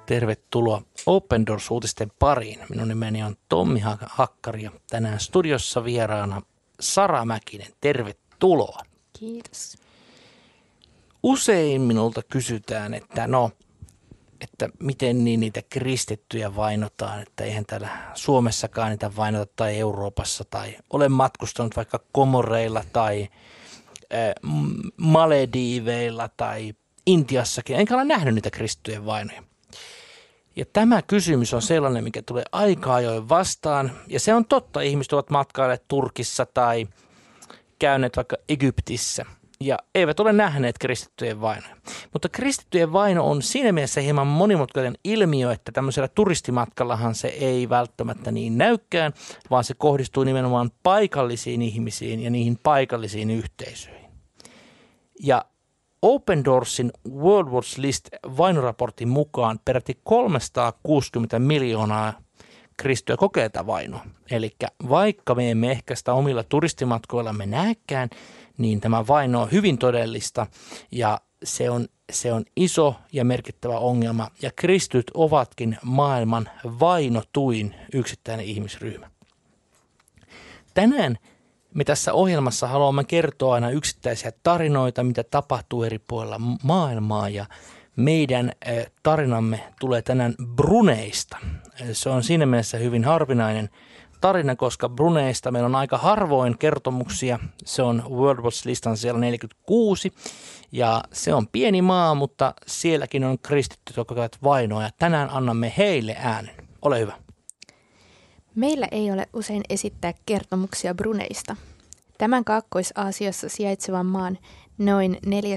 Tervetuloa Open Doors-uutisten pariin. Minun nimeni on Tommi Hakkari ja tänään studiossa vieraana Sara Mäkinen. Tervetuloa. Kiitos. Usein minulta kysytään, että miten niin niitä kristittyjä vainotaan, että eihän täällä Suomessakaan niitä vainota tai Euroopassa tai olen matkustanut vaikka Komoreilla tai Malediiveilla tai Intiassakin, enkä ole nähnyt niitä kristittyjen vainoja. Ja tämä kysymys on sellainen, mikä tulee aika ajoin vastaan, ja se on totta, ihmiset ovat matkailleet Turkissa tai käyneet vaikka Egyptissä, ja eivät ole nähneet kristittyjen vainoja. Mutta kristittyjen vaino on siinä mielessä hieman monimutkainen ilmiö, että tämmöisellä turistimatkallahan se ei välttämättä niin näykään, vaan se kohdistuu nimenomaan paikallisiin ihmisiin ja niihin paikallisiin yhteisöihin. Ja Open Doorsin World Watch List vainoraportin mukaan peräti 360 miljoonaa kristittyä kokee tätä vainoa. Eli vaikka me emme ehkä sitä omilla turistimatkoillamme näekään, niin tämä vaino on hyvin todellista ja se on iso ja merkittävä ongelma. Ja kristityt ovatkin maailman vainotuin yksittäinen ihmisryhmä. Tänään me tässä ohjelmassa haluamme kertoa aina yksittäisiä tarinoita, mitä tapahtuu eri puolilla maailmaa, ja meidän tarinamme tulee tänään Bruneista. Se on siinä mielessä hyvin harvinainen tarina, koska Bruneista meillä on aika harvoin kertomuksia. Se on World Watch-listan siellä 46, ja se on pieni maa, mutta sielläkin on kristittyt, jotka kokevat vainoa, ja tänään annamme heille äänen. Ole hyvä. Meillä ei ole usein esittää kertomuksia Bruneista. Tämän Kaakkois-Aasiassa sijaitsevan maan noin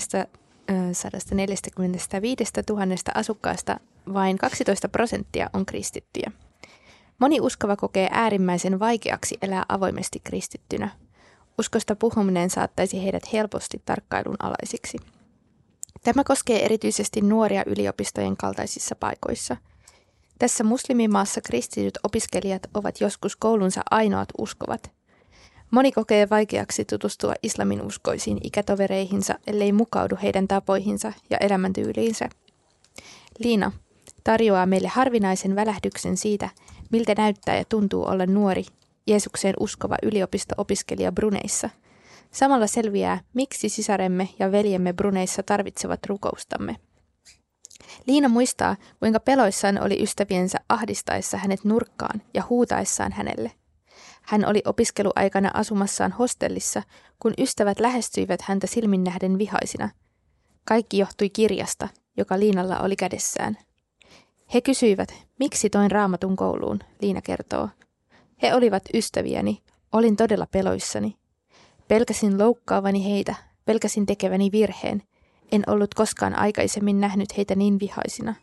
445 000 asukkaasta vain 12% on kristittyjä. Moni uskova kokee äärimmäisen vaikeaksi elää avoimesti kristittynä. Uskosta puhuminen saattaisi heidät helposti tarkkailun alaisiksi. Tämä koskee erityisesti nuoria yliopistojen kaltaisissa paikoissa. Tässä muslimimaassa kristityt opiskelijat ovat joskus koulunsa ainoat uskovat. Moni kokee vaikeaksi tutustua islamin uskoisiin ikätovereihinsa, ellei mukaudu heidän tapoihinsa ja elämäntyyliinsä. Liina tarjoaa meille harvinaisen välähdyksen siitä, miltä näyttää ja tuntuu olla nuori, Jeesukseen uskova yliopisto-opiskelija Bruneissa. Samalla selviää, miksi sisaremme ja veljemme Bruneissa tarvitsevat rukoustamme. Liina muistaa, kuinka peloissaan oli ystäviensä ahdistaessa hänet nurkkaan ja huutaessaan hänelle. Hän oli opiskeluaikana asumassaan hostellissa, kun ystävät lähestyivät häntä silmin nähden vihaisina. Kaikki johtui kirjasta, joka Liinalla oli kädessään. He kysyivät, miksi toin Raamatun kouluun, Liina kertoo. He olivat ystäviäni, olin todella peloissani. Pelkäsin loukkaavani heitä, pelkäsin tekeväni virheen. En ollut koskaan aikaisemmin nähnyt heitä niin vihaisina.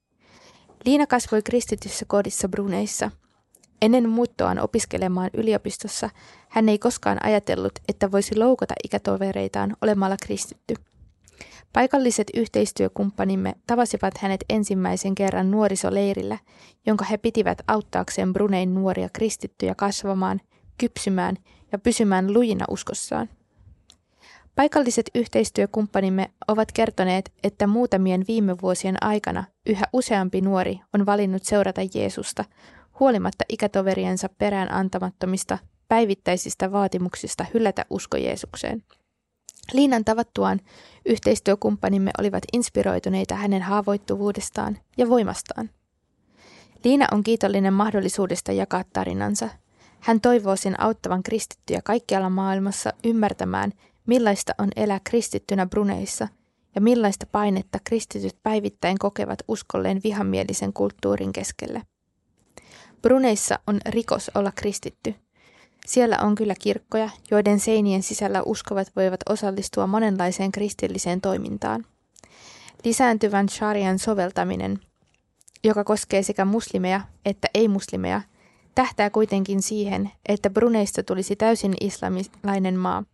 Liina kasvoi kristityssä kodissa Bruneissa. Ennen muuttoaan opiskelemaan yliopistossa hän ei koskaan ajatellut, että voisi loukata ikätovereitaan olemalla kristitty. Paikalliset yhteistyökumppanimme tavasivat hänet ensimmäisen kerran nuorisoleirillä, jonka he pitivät auttaakseen Brunein nuoria kristittyjä kasvamaan, kypsymään ja pysymään lujina uskossaan. Paikalliset yhteistyökumppanimme ovat kertoneet, että muutamien viime vuosien aikana yhä useampi nuori on valinnut seurata Jeesusta, huolimatta ikätoveriensa perään antamattomista päivittäisistä vaatimuksista hylätä usko Jeesukseen. Liinan tavattuaan yhteistyökumppanimme olivat inspiroituneita hänen haavoittuvuudestaan ja voimastaan. Liina on kiitollinen mahdollisuudesta jakaa tarinansa. Hän toivoo sen auttavan kristittyjä kaikkialla maailmassa ymmärtämään, millaista on elää kristittynä Bruneissa ja millaista painetta kristityt päivittäin kokevat uskolleen vihamielisen kulttuurin keskellä. Bruneissa on rikos olla kristitty. Siellä on kyllä kirkkoja, joiden seinien sisällä uskovat voivat osallistua monenlaiseen kristilliseen toimintaan. Lisääntyvän sharian soveltaminen, joka koskee sekä muslimeja että ei-muslimeja, tähtää kuitenkin siihen, että Bruneista tulisi täysin islamilainen maa.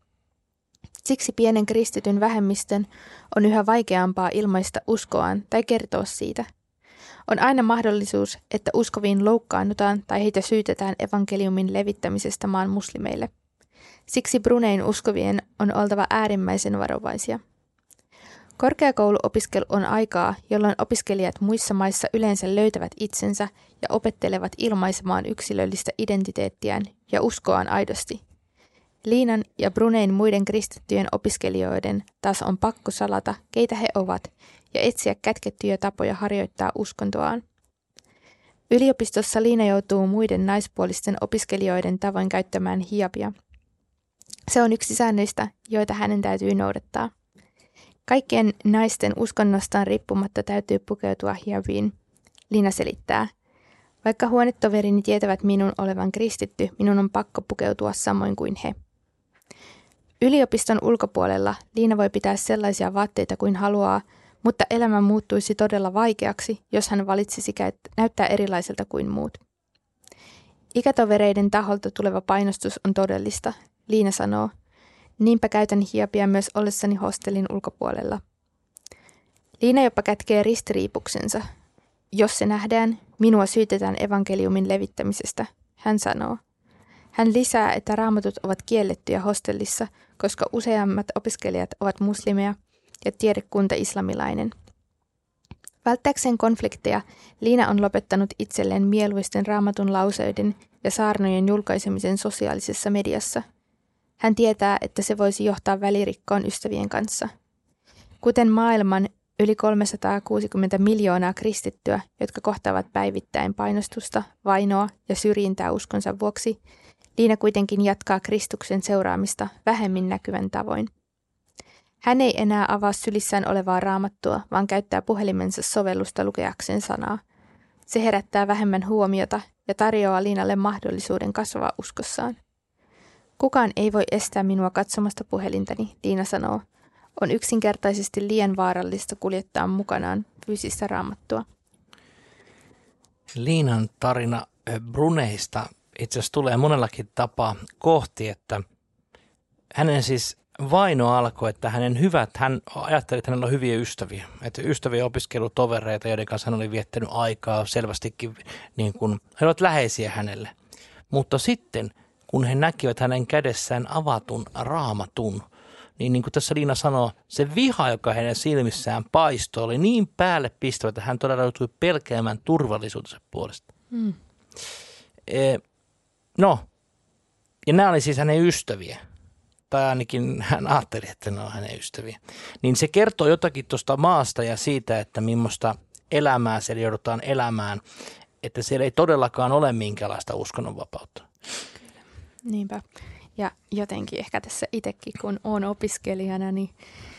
Siksi pienen kristityn vähemmistön on yhä vaikeampaa ilmaista uskoaan tai kertoa siitä. On aina mahdollisuus, että uskoviin loukkaannutaan tai heitä syytetään evankeliumin levittämisestä maan muslimeille. Siksi Brunein uskovien on oltava äärimmäisen varovaisia. Korkeakouluopiskelu on aikaa, jolloin opiskelijat muissa maissa yleensä löytävät itsensä ja opettelevat ilmaisemaan yksilöllistä identiteettiään ja uskoaan aidosti. Liinan ja Brunein muiden kristittyjen opiskelijoiden taas on pakko salata, keitä he ovat, ja etsiä kätkettyjä tapoja harjoittaa uskontoaan. Yliopistossa Liina joutuu muiden naispuolisten opiskelijoiden tavoin käyttämään hiabia. Se on yksi säännöistä, joita hänen täytyy noudattaa. Kaikkien naisten uskonnostaan riippumatta täytyy pukeutua hiabiin. Liina selittää. Vaikka huonetoverini tietävät minun olevan kristitty, minun on pakko pukeutua samoin kuin he. Yliopiston ulkopuolella Liina voi pitää sellaisia vaatteita kuin haluaa, mutta elämä muuttuisi todella vaikeaksi, jos hän valitsisi näyttää erilaiselta kuin muut. Ikätovereiden taholta tuleva painostus on todellista, Liina sanoo. Niinpä käytän hiabia myös ollessani hostellin ulkopuolella. Liina jopa kätkee ristiriipuksensa. Jos se nähdään, minua syytetään evankeliumin levittämisestä, hän sanoo. Hän lisää, että raamatut ovat kiellettyjä hostellissa, koska useammat opiskelijat ovat muslimeja ja tiedekunta islamilainen. Välttääkseen konflikteja Liina on lopettanut itselleen mieluisten raamatun lauseiden ja saarnojen julkaisemisen sosiaalisessa mediassa. Hän tietää, että se voisi johtaa välirikkoon ystävien kanssa. Kuten maailman yli 360 miljoonaa kristittyä, jotka kohtaavat päivittäin painostusta, vainoa ja syrjintää uskonsa vuoksi, Liina kuitenkin jatkaa Kristuksen seuraamista vähemmin näkyvän tavoin. Hän ei enää avaa sylissään olevaa raamattua, vaan käyttää puhelimensa sovellusta lukeakseen sanaa. Se herättää vähemmän huomiota ja tarjoaa Liinalle mahdollisuuden kasvaa uskossaan. Kukaan ei voi estää minua katsomasta puhelintani, Liina sanoo. On yksinkertaisesti liian vaarallista kuljettaa mukanaan fyysistä raamattua. Liinan tarina Bruneista itse asiassa tulee monellakin tapaa kohti, että hänen siis vaino alkoi, että hän ajatteli, että hänellä on hyviä ystäviä. Että ystäviä opiskelutovereita, joiden kanssa hän oli viettänyt aikaa selvästikin, niin kuin, he olivat läheisiä hänelle. Mutta sitten, kun he näkivät hänen kädessään avatun raamatun, niin kuin tässä Liina sanoo, se viha, joka hänen silmissään paistoi, oli niin päälle pistävä, että hän todella joutui pelkäämään turvallisuutensa puolesta. Ja nämä oli siis hänen ystäviä. Tai ainakin hän ajatteli, että ne on hänen ystäviä. Niin se kertoo jotakin tuosta maasta ja siitä, että millaista elämää siellä joudutaan elämään, että siellä ei todellakaan ole minkäänlaista uskonnonvapautta. Kyllä, niinpä. Ja jotenkin ehkä tässä itsekin, kun olen opiskelijana, niin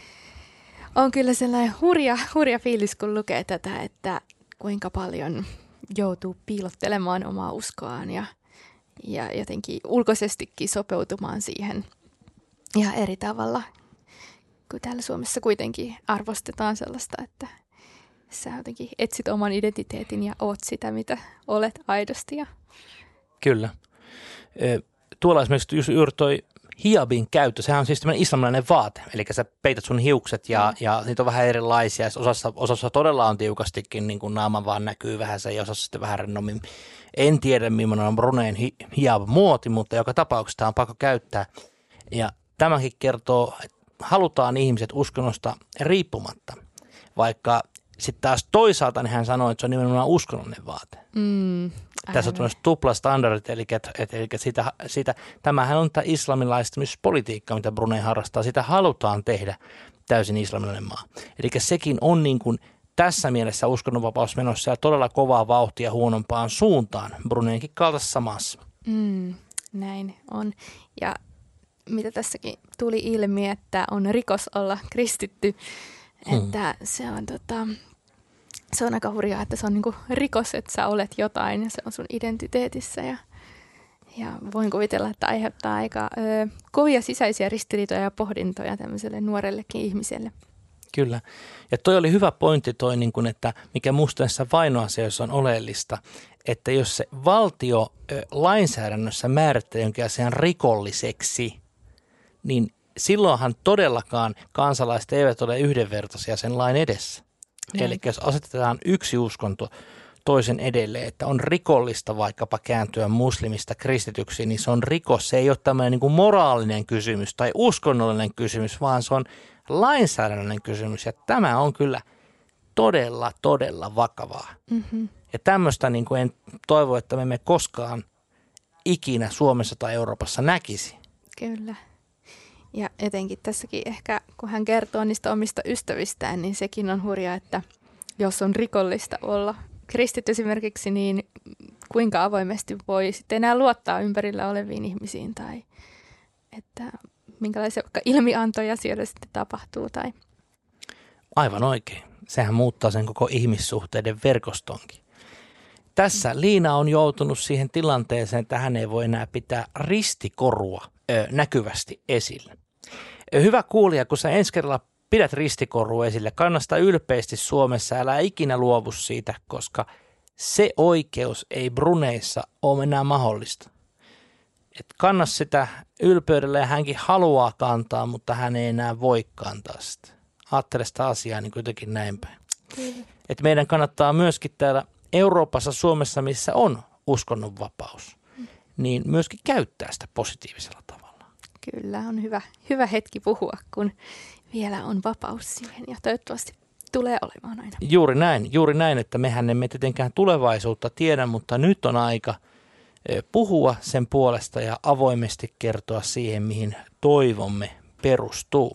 on kyllä sellainen hurja fiilis, kun lukee tätä, että kuinka paljon joutuu piilottelemaan omaa uskoaan ja jotenkin ulkoisestikin sopeutumaan siihen ihan eri tavalla, kun täällä Suomessa kuitenkin arvostetaan sellaista, että sä jotenkin etsit oman identiteetin ja oot sitä, mitä olet aidosti. Kyllä. Tuolla esimerkiksi juuri toi hiabin käyttö, sehän on siis tämmöinen islamilainen vaate, eli sä peität sun hiukset ja niitä on vähän erilaisia. Osassa todella on tiukastikin, niin kuin naama vaan näkyy vähän se ja osassa sitten vähän rennommin. En tiedä, millainen on Bruneen hijab-muoti, mutta joka tapauksessa tämä on pakko käyttää. Ja tämäkin kertoo, että halutaan ihmiset uskonnosta riippumatta, vaikka sitten taas toisaalta niin hän sanoi, että se on nimenomaan uskonnollinen vaate. Tässä on tämmöiset tuplastandardit, eli tämähän on tämä islamilaistamispolitiikka, mitä Brunei harrastaa. Sitä halutaan tehdä täysin islamilainen maa. Eli sekin on niin kuin tässä mielessä uskonnonvapaus menossa ja todella kovaa vauhtia huonompaan suuntaan Bruneinkin kaltaisessa maassa. Näin on. Ja mitä tässäkin tuli ilmi, että on rikos olla kristitty, että se on aika hurjaa, että se on niinku rikos, että sä olet jotain ja se on sun identiteetissä ja voin kuvitella, että aiheuttaa aika kovia sisäisiä ristiriitoja ja pohdintoja tämmöiselle nuorellekin ihmiselle. Kyllä. Ja toi oli hyvä pointti toi, niin kun, että mikä musta näissä vainoasioissa on oleellista, että jos se valtio lainsäädännössä määrittää jonkin asian rikolliseksi, niin silloinhan todellakaan kansalaiset eivät ole yhdenvertaisia sen lain edessä. Eli jos asetetaan yksi uskonto toisen edelle, että on rikollista vaikkapa kääntyä muslimista kristityksi, niin se on rikos. Se ei ole tämmöinen niin kuin moraalinen kysymys tai uskonnollinen kysymys, vaan se on lainsäädännöllinen kysymys ja tämä on kyllä todella, todella vakavaa. Mm-hmm. Ja tämmöistä niin kuin en toivo, että me emme koskaan ikinä Suomessa tai Euroopassa näkisi. Kyllä. Ja jotenkin tässäkin ehkä, kun hän kertoo niistä omista ystävistään, niin sekin on hurjaa, että jos on rikollista olla kristitty esimerkiksi, niin kuinka avoimesti voi sitten enää luottaa ympärillä oleviin ihmisiin tai että minkälaisia vaikka ilmiantoja siellä sitten tapahtuu. Tai. Aivan oikein. Sehän muuttaa sen koko ihmissuhteiden verkostonkin. Tässä Liina on joutunut siihen tilanteeseen, että hän ei voi enää pitää ristikorua näkyvästi esillä. Hyvä kuulija, kun sä ensi kerralla pidät ristikorua esille, kannasta ylpeästi Suomessa, älä ikinä luovu siitä, koska se oikeus ei Bruneissa ole enää mahdollista. Et kanna sitä ylpeydellä ja hänkin haluaa kantaa, mutta hän ei enää voi kantaa sitä. Ajattele sitä asiaa niin kuitenkin näin päin. Et meidän kannattaa myöskin täällä Euroopassa, Suomessa, missä on uskonnonvapaus, niin myöskin käyttää sitä positiivisella tavalla. Kyllä, on hyvä hetki puhua, kun vielä on vapaus siihen ja toivottavasti tulee olemaan aina. Juuri näin, että mehän emme tietenkään tulevaisuutta tiedä, mutta nyt on aika puhua sen puolesta ja avoimesti kertoa siihen, mihin toivomme perustuu.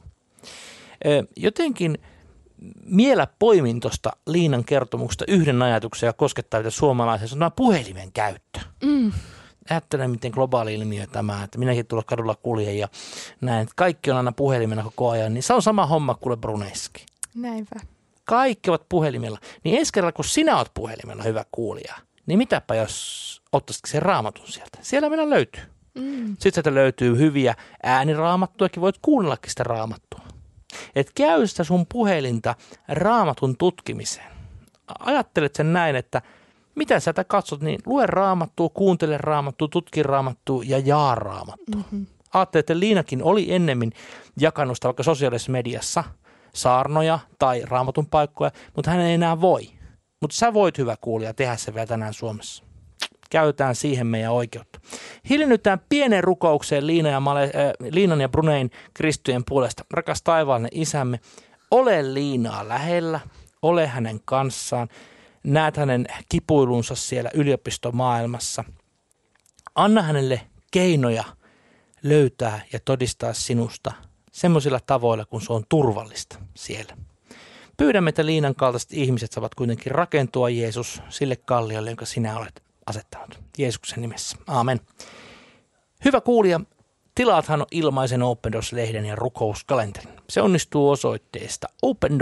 Jotenkin vielä poimin tuosta Liinan kertomuksesta yhden ajatuksen ja koskettaa mitä suomalaisia, se on tämä puhelimen käyttö. Ajattelen, miten globaali ilmiö tämä, että minäkin tuolla kadulla kuljen ja näen, että kaikki on aina puhelimena koko ajan, niin se on sama homma kuin Bruneissakin. Näinpä. Kaikki ovat puhelimella. Niin ensi kerralla, kun sinä olet puhelimella, hyvä kuulija, niin mitäpä jos ottaisitko sen raamatun sieltä? Siellä meillä löytyy. Sitten sieltä löytyy hyviä ääniraamattuakin, voit kuunnellakin sitä raamattua. Et käy sitä sun puhelinta raamatun tutkimiseen. Ajattelet sen näin, että mitä sä katsot, niin lue raamattua, kuuntele raamattua, tutki raamattua ja jaa raamattua. Ajattelet, että Liinakin oli ennemmin jakanut sitä vaikka sosiaalisessa mediassa saarnoja tai raamatun paikkoja, mutta hän ei enää voi. Mutta sä voit, hyvä kuulija, tehdä se vielä tänään Suomessa. Käytetään siihen meidän oikeutta. Hiljennytään pienen rukoukseen Liinan ja Brunein kristittyjen puolesta. Rakas taivaallinen Isämme, ole Liinaa lähellä, ole hänen kanssaan. Näet hänen kipuilunsa siellä yliopistomaailmassa. Anna hänelle keinoja löytää ja todistaa sinusta semmoisilla tavoilla, kun se on turvallista siellä. Pyydämme, että Liinan kaltaiset ihmiset saavat kuitenkin rakentua, Jeesus, sille kalliolle, jonka sinä olet asettanut. Jeesuksen nimessä. Aamen. Hyvä kuulija, tilaathan ilmaisen Open Doors-lehden ja rukouskalenterin. Se onnistuu osoitteesta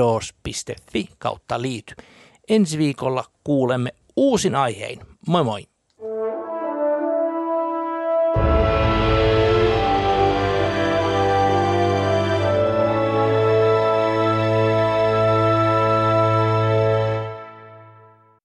opendoors.fi/liity. Ensi viikolla kuulemme uusin aihein. Moi moi!